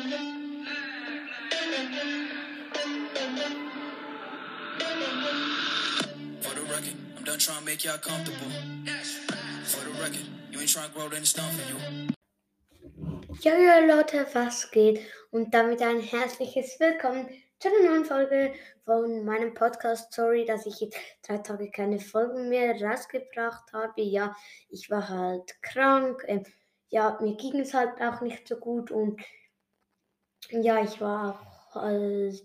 For the record, I'm done trying to make y'all comfortable. For the record, you ain't trying to grow, then it's done for you. Ja, Leute, was geht? Und damit ein herzliches Willkommen zu einer neuen Folge von meinem Podcast. Sorry, dass ich jetzt 3 Tage keine Folgen mehr rausgebracht habe. Ja, ich war halt krank. Ja, mir ging es halt auch nicht so gut. Und ja, ich war halt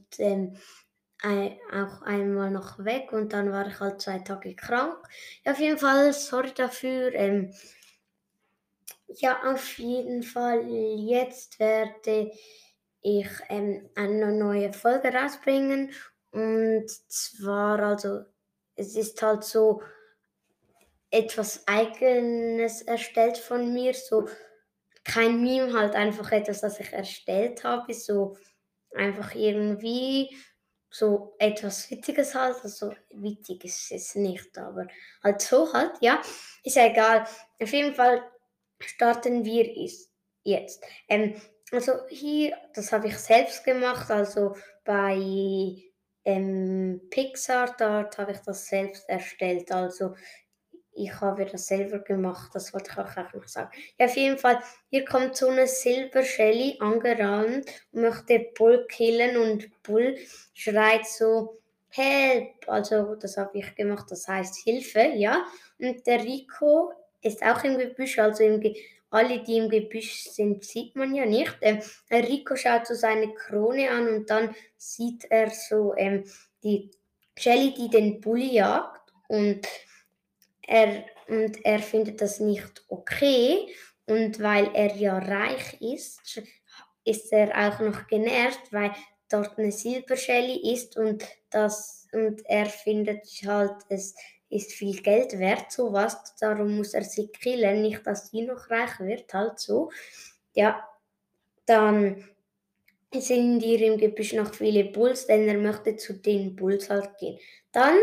auch einmal noch weg. Und dann war ich halt 2 Tage krank. Ja, auf jeden Fall, sorry dafür. Ja, auf jeden Fall. Jetzt werde ich eine neue Folge rausbringen. Und zwar, also, es ist halt so etwas Eigenes erstellt von mir. So kein Meme, halt einfach etwas, das ich erstellt habe. So einfach irgendwie so etwas Witziges halt. Also witzig ist es nicht, aber halt so halt, ja. Ist ja egal. Auf jeden Fall starten wir jetzt. Also hier, das habe ich selbst gemacht, also bei Pixar, dort habe ich das selbst erstellt. Also ich habe das selber gemacht, das wollte ich auch noch sagen. Ja, auf jeden Fall, hier kommt so eine Silver Shelly angerannt und möchte Bull killen und Bull schreit so, Help! Also das habe ich gemacht, das heißt Hilfe, ja. Und der Rico ist auch im Gebüsch, also alle, die im Gebüsch sind, sieht man ja nicht. Der Rico schaut so seine Krone an und dann sieht er so die Shelly, die den Bulli jagt und er findet das nicht okay. Und weil er ja reich ist er auch noch genervt, weil dort eine Silber Shelly ist und er findet halt, es ist viel Geld wert, sowas. Darum muss er sie killen, nicht dass sie noch reich wird, halt so. Ja, dann sind hier im Gebüsch noch viele Bulls, denn er möchte zu den Bulls halt gehen. Dann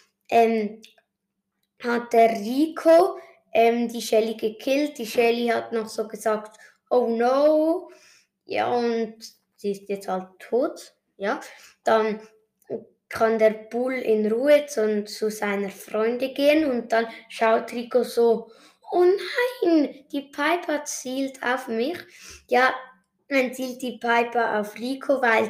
hat der Rico die Shelly gekillt. Die Shelly hat noch so gesagt, oh no. Ja, und sie ist jetzt halt tot. Ja, dann kann der Bull in Ruhe zu seiner Freunde gehen und dann schaut Rico so, oh nein, die Piper zielt auf mich. Ja, dann zielt die Piper auf Rico, weil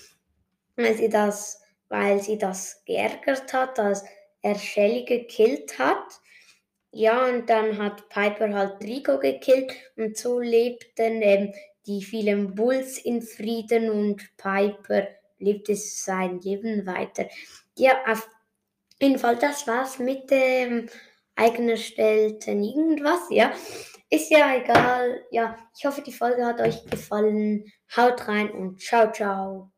sie das geärgert hat, dass er Shelly gekillt hat. Ja, und dann hat Piper halt Rico gekillt und so lebten die vielen Bulls in Frieden und Piper lebte sein Leben weiter. Ja, auf jeden Fall, das war's mit dem eigen erstellten irgendwas, ja. Ist ja egal. Ja, ich hoffe, die Folge hat euch gefallen. Haut rein und ciao, ciao.